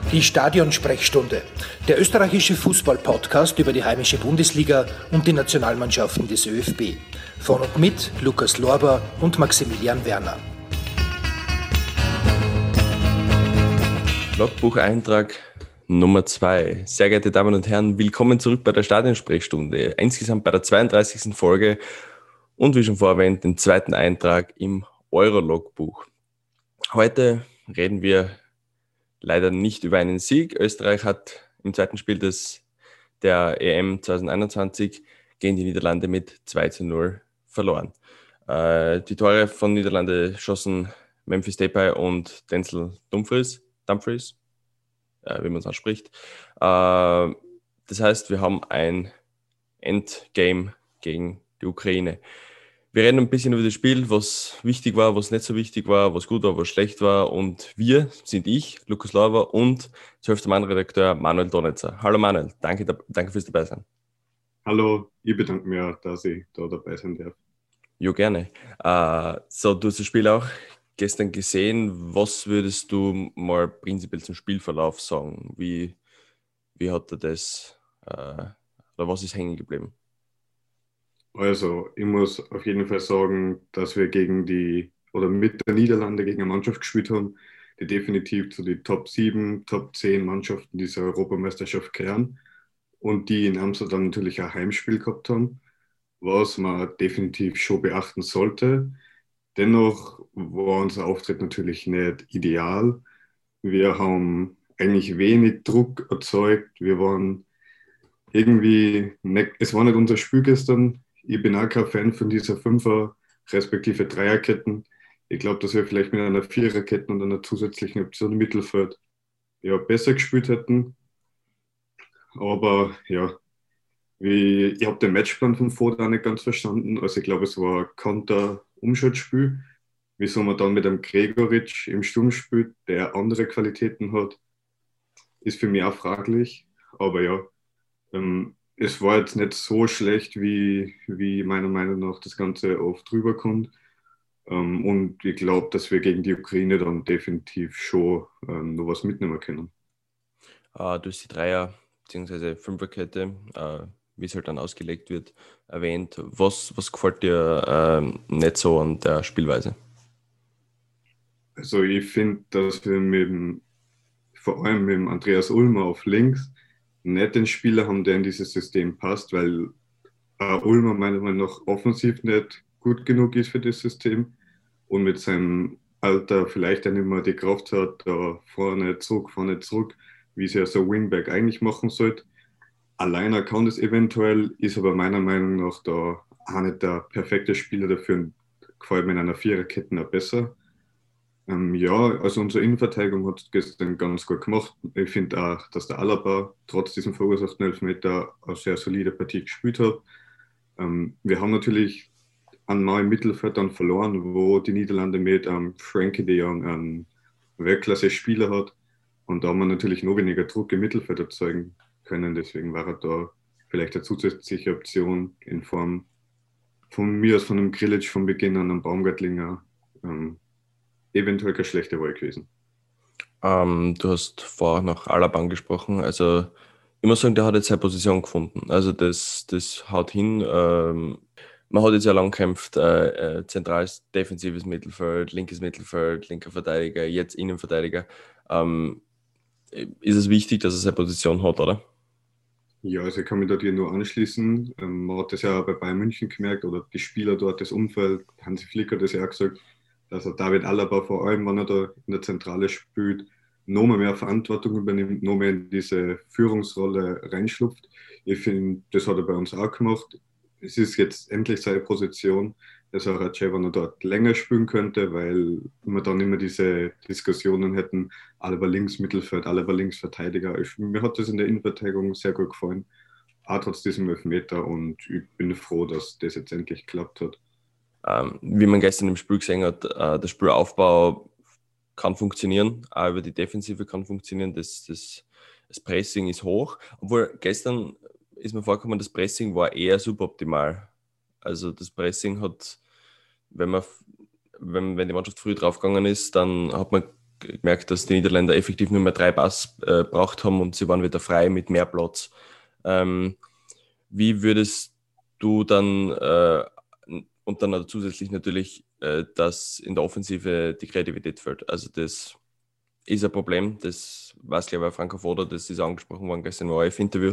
Die Stadionsprechstunde, der österreichische Fußball-Podcast über die heimische Bundesliga und die Nationalmannschaften des ÖFB. Von und mit Lukas Lorber und Maximilian Werner. Logbucheintrag Nummer 2. Sehr geehrte Damen und Herren, willkommen zurück bei der Stadionsprechstunde. Insgesamt bei der 32. Folge und wie schon vorher erwähnt, den zweiten Eintrag im Euro-Logbuch. Heute reden wir leider nicht über einen Sieg. Österreich hat im zweiten Spiel der EM 2021 gegen die Niederlande mit 2:0 verloren. Die Tore von Niederlande schossen Memphis Depay und Denzel Dumfries, wie man es ausspricht. Das heißt, wir haben ein Endgame gegen die Ukraine. Wir reden ein bisschen über das Spiel, was wichtig war, was nicht so wichtig war, was gut war, was schlecht war. Und wir sind ich, Lukas Lorber und 12. Mann-Redakteur Manuel Donetzer. Hallo Manuel, danke fürs Dabeisein. Hallo, ich bedanke mich auch, dass ich da dabei sein darf. Jo, gerne. Du hast das Spiel auch gestern gesehen. Was würdest du mal prinzipiell zum Spielverlauf sagen? Wie hat er das, oder was ist hängen geblieben? Also, ich muss auf jeden Fall sagen, dass wir mit der Niederlande gegen eine Mannschaft gespielt haben, die definitiv zu den Top 7, Top 10 Mannschaften dieser Europameisterschaft gehören und die in Amsterdam natürlich ein Heimspiel gehabt haben, was man definitiv schon beachten sollte. Dennoch war unser Auftritt natürlich nicht ideal. Wir haben eigentlich wenig Druck erzeugt. Wir waren irgendwie nicht, es war nicht unser Spiel gestern. Ich bin auch kein Fan von dieser Fünfer- respektive Dreierketten. Ich glaube, dass wir vielleicht mit einer Viererketten und einer zusätzlichen Option im Mittelfeld besser gespielt hätten. Aber ja, ich habe den Matchplan von Foda nicht ganz verstanden. Also ich glaube, es war ein Konter-Umschaltspiel. Wieso man dann mit einem Gregoritsch im Sturm spielt, der andere Qualitäten hat, ist für mich auch fraglich. Aber ja, es war jetzt nicht so schlecht, wie meiner Meinung nach das Ganze oft rüberkommt. Und ich glaube, dass wir gegen die Ukraine dann definitiv schon noch was mitnehmen können. Du hast die Dreier- bzw. Fünferkette, wie es halt dann ausgelegt wird, erwähnt. Was gefällt dir nicht so an der Spielweise? Also ich finde, dass wir vor allem mit dem Andreas Ulmer auf links nicht den Spieler haben, der in dieses System passt, weil Ulmer meiner Meinung nach offensiv nicht gut genug ist für das System und mit seinem Alter vielleicht auch nicht mehr die Kraft hat, da vorne zurück, wie es ja so Wingback eigentlich machen sollte. Alleiner kann das eventuell, ist aber meiner Meinung nach da auch nicht der perfekte Spieler dafür und gefällt mir in einer Viererkette auch besser. Also unsere Innenverteidigung hat es gestern ganz gut gemacht. Ich finde auch, dass der Alaba trotz diesem verursachten Elfmeter eine sehr solide Partie gespielt hat. Wir haben natürlich einen neuen Mittelfeld dann verloren, wo die Niederlande mit Frankie de Jong einen Weltklasse-Spieler hat. Und da haben wir natürlich noch weniger Druck im Mittelfeld erzeugen können. Deswegen war er da vielleicht eine zusätzliche Option in Form von mir aus von einem Grilic von Beginn an, einem Baumgartlinger. Eventuell keine schlechte Wahl gewesen. Du hast vorher noch Alaba angesprochen. Also ich muss sagen, der hat jetzt seine Position gefunden. Also das haut hin. Man hat jetzt ja lang gekämpft, zentrales defensives Mittelfeld, linkes Mittelfeld, linker Verteidiger, jetzt Innenverteidiger. Ist es wichtig, dass er seine Position hat, oder? Ja, also ich kann mich da dir nur anschließen. Man hat das ja auch bei Bayern München gemerkt oder die Spieler dort, das Umfeld. Hansi Flick hat das ja auch gesagt, dass er David Alaba vor allem, wenn er da in der Zentrale spielt, noch mehr Verantwortung übernimmt, noch mehr in diese Führungsrolle reinschlupft. Ich finde, das hat er bei uns auch gemacht. Es ist jetzt endlich seine Position. Es wäre auch schön, wenn er dort länger spielen könnte, weil wir dann immer diese Diskussionen hätten, Alaba links Mittelfeld, Alaba links Verteidiger. Mir hat das in der Innenverteidigung sehr gut gefallen, auch trotz diesem Elfmeter, und ich bin froh, dass das jetzt endlich geklappt hat. Wie man gestern im Spiel gesehen hat, der Spielaufbau kann funktionieren, auch über die Defensive kann funktionieren, das Pressing ist hoch, obwohl gestern ist mir vorgekommen, das Pressing war eher suboptimal. Also das Pressing hat, wenn die Mannschaft früh draufgegangen ist, dann hat man gemerkt, dass die Niederländer effektiv nur mehr 3 Pass braucht haben und sie waren wieder frei mit mehr Platz. Wie würdest du dann und dann zusätzlich natürlich, dass in der Offensive die Kreativität fehlt. Also das ist ein Problem, das weiß, glaube ich, Franco Foda, das ist angesprochen worden gestern im ORF-Interview.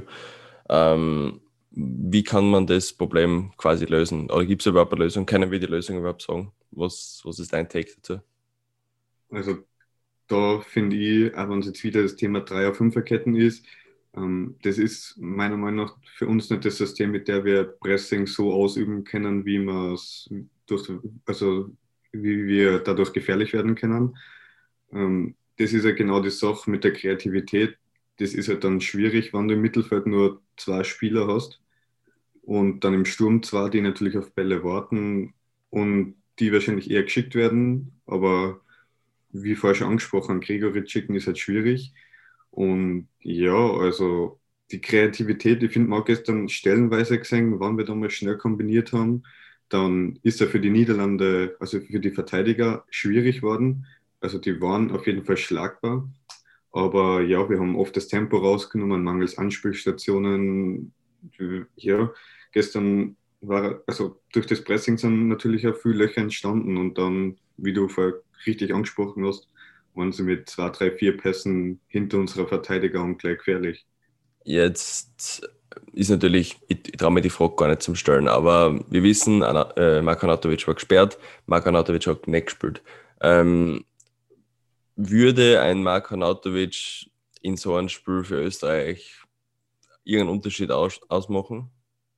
Wie kann man das Problem quasi lösen? Oder gibt es überhaupt eine Lösung? Können wir die Lösung überhaupt sagen? Was ist dein Take dazu? Also da finde ich, auch wenn es jetzt wieder das Thema 3er-5er-Ketten ist, das ist meiner Meinung nach für uns nicht das System, mit dem wir Pressing so ausüben können, wie wir es also wie wir dadurch gefährlich werden können. Das ist ja genau die Sache mit der Kreativität. Das ist halt dann schwierig, wenn du im Mittelfeld nur 2 Spieler hast und dann im Sturm 2, die natürlich auf Bälle warten und die wahrscheinlich eher geschickt werden, aber wie vorher schon angesprochen, Gregoritsch schicken ist halt schwierig. Und ja, also die Kreativität, ich finde, man hat gestern stellenweise gesehen, wann wir da mal schnell kombiniert haben, dann ist er für die Niederlande, also für die Verteidiger, schwierig worden. Also die waren auf jeden Fall schlagbar. Aber ja, wir haben oft das Tempo rausgenommen, mangels Anspielstationen. Ja, gestern war, also durch das Pressing sind natürlich auch viele Löcher entstanden und dann, wie du vorher richtig angesprochen hast, waren sie mit 2, 3, 4 Pässen hinter unserer Verteidigung gleich gefährlich. Jetzt ist natürlich, ich traue mir die Frage gar nicht zum Stellen, aber wir wissen, Marko Arnautovic war gesperrt, Marko Arnautovic hat nicht gespielt. Würde ein Marko Arnautovic in so einem Spiel für Österreich irgendeinen Unterschied ausmachen?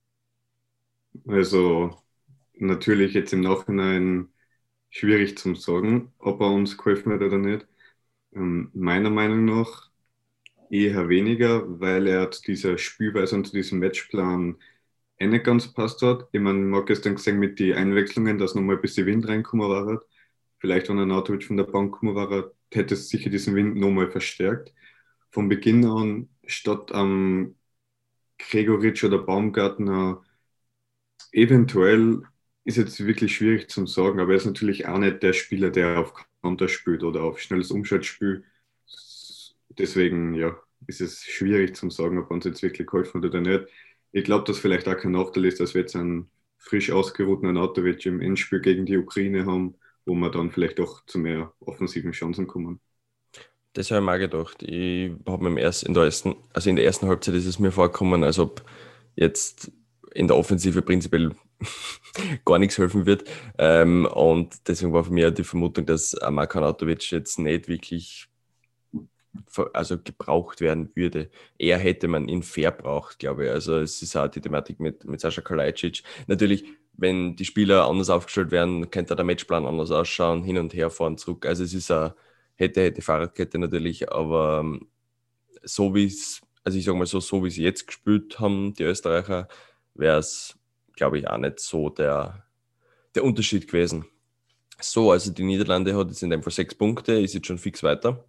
Also natürlich jetzt im Nachhinein schwierig zum sagen, ob er uns geholfen hat oder nicht. Meiner Meinung nach eher weniger, weil er zu dieser Spielweise und zu diesem Matchplan nicht ganz passt hat. Ich meine, man hat gestern gesehen mit den Einwechslungen, dass nochmal ein bisschen Wind reinkommen war. Vielleicht, wenn Arnautovic von der Bank gekommen war, hätte es sicher diesen Wind nochmal verstärkt. Von Beginn an, statt am Gregoritsch oder Baumgartner, eventuell ist jetzt wirklich schwierig zu sagen, aber er ist natürlich auch nicht der Spieler, der auf Konter spielt oder auf schnelles Umschaltspiel. Deswegen, ja, ist es schwierig zu sagen, ob uns jetzt wirklich geholfen hat oder nicht. Ich glaube, dass vielleicht auch kein Nachteil ist, dass wir jetzt einen frisch ausgeruhten Arnautovic im Endspiel gegen die Ukraine haben, wo wir dann vielleicht auch zu mehr offensiven Chancen kommen. Das habe ich mir auch gedacht. Ich habe in der ersten Halbzeit ist es mir vorgekommen, als ob jetzt in der Offensive prinzipiell gar nichts helfen wird. Und deswegen war für mich auch die Vermutung, dass Marko Arnautovic jetzt nicht wirklich gebraucht werden würde. Eher hätte man ihn verbraucht, glaube ich. Also es ist auch die Thematik mit Sascha Kalajdzic. Natürlich, wenn die Spieler anders aufgestellt werden, könnte der Matchplan anders ausschauen, hin und her, fahren, zurück. Also es ist eine hätte Fahrradkette natürlich, aber so wie es, also ich sage mal so wie sie jetzt gespielt haben, die Österreicher, wäre es, glaube ich, auch nicht so der Unterschied gewesen. So, also die Niederlande hat jetzt in dem Fall 6 Punkte, ist jetzt schon fix weiter.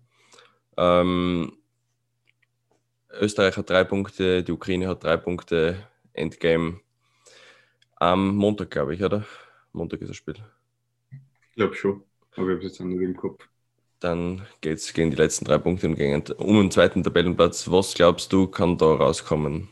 Österreich hat 3 Punkte, die Ukraine hat 3 Punkte, Endgame am Montag, glaube ich, oder? Montag ist das Spiel. Ich glaube schon, aber ich habe es jetzt nicht im Kopf. Dann geht es gegen die letzten 3 Punkte um den zweiten Tabellenplatz. Was glaubst du, kann da rauskommen?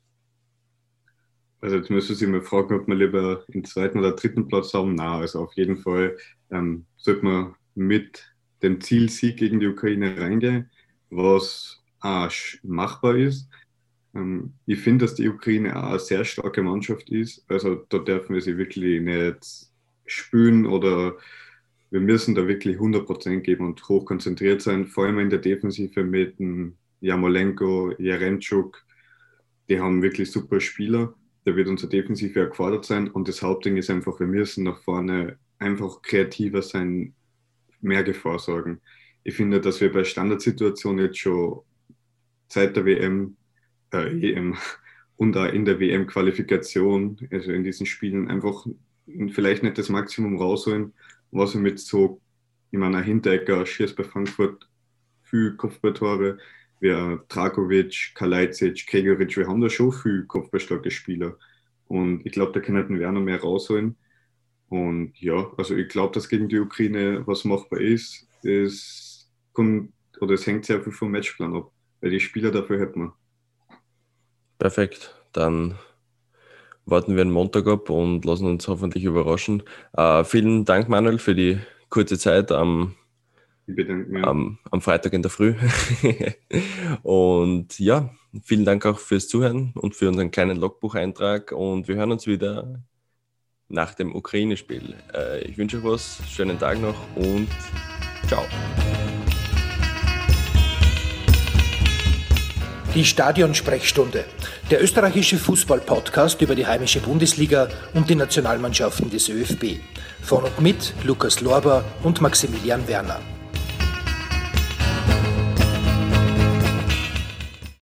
Also jetzt müsste ich mal fragen, ob wir lieber den zweiten oder dritten Platz haben. Nein, also auf jeden Fall sollte man mit dem Zielsieg gegen die Ukraine reingehen, was auch machbar ist. Ich finde, dass die Ukraine auch eine sehr starke Mannschaft ist. Also da dürfen wir sie wirklich nicht spülen oder wir müssen da wirklich 100% geben und hoch konzentriert sein, vor allem in der Defensive mit dem Jarmolenko, Jaremczuk. Die haben wirklich super Spieler. Da wird unsere Defensive ja gefordert sein und das Hauptding ist einfach, wir müssen nach vorne einfach kreativer sein, mehr Gefahr sorgen. Ich finde, dass wir bei Standardsituationen jetzt schon seit der EM und auch in der WM-Qualifikation, also in diesen Spielen, einfach vielleicht nicht das Maximum rausholen, was wir mit so, ich meine, ein Hinteregger schießt bei Frankfurt viel Kopfballtore, wie Dragovic, Kalajdzic, Gregoritsch, wir haben da schon viel kopfballstarke Spieler. Und ich glaube, da kann halt ein Werner mehr rausholen. Und ja, also ich glaube, dass gegen die Ukraine was machbar ist. Das es hängt sehr viel vom Matchplan ab, weil die Spieler dafür hätten wir. Perfekt, dann warten wir einen Montag ab und lassen uns hoffentlich überraschen. Vielen Dank, Manuel, für die kurze Zeit am Freitag in der Früh. Und ja, vielen Dank auch fürs Zuhören und für unseren kleinen Logbucheintrag. Und wir hören uns wieder nach dem Ukraine-Spiel. Ich wünsche euch was, schönen Tag noch und ciao. Die Stadionsprechstunde, der österreichische Fußball-Podcast über die heimische Bundesliga und die Nationalmannschaften des ÖFB. Von und mit Lukas Lorber und Maximilian Werner.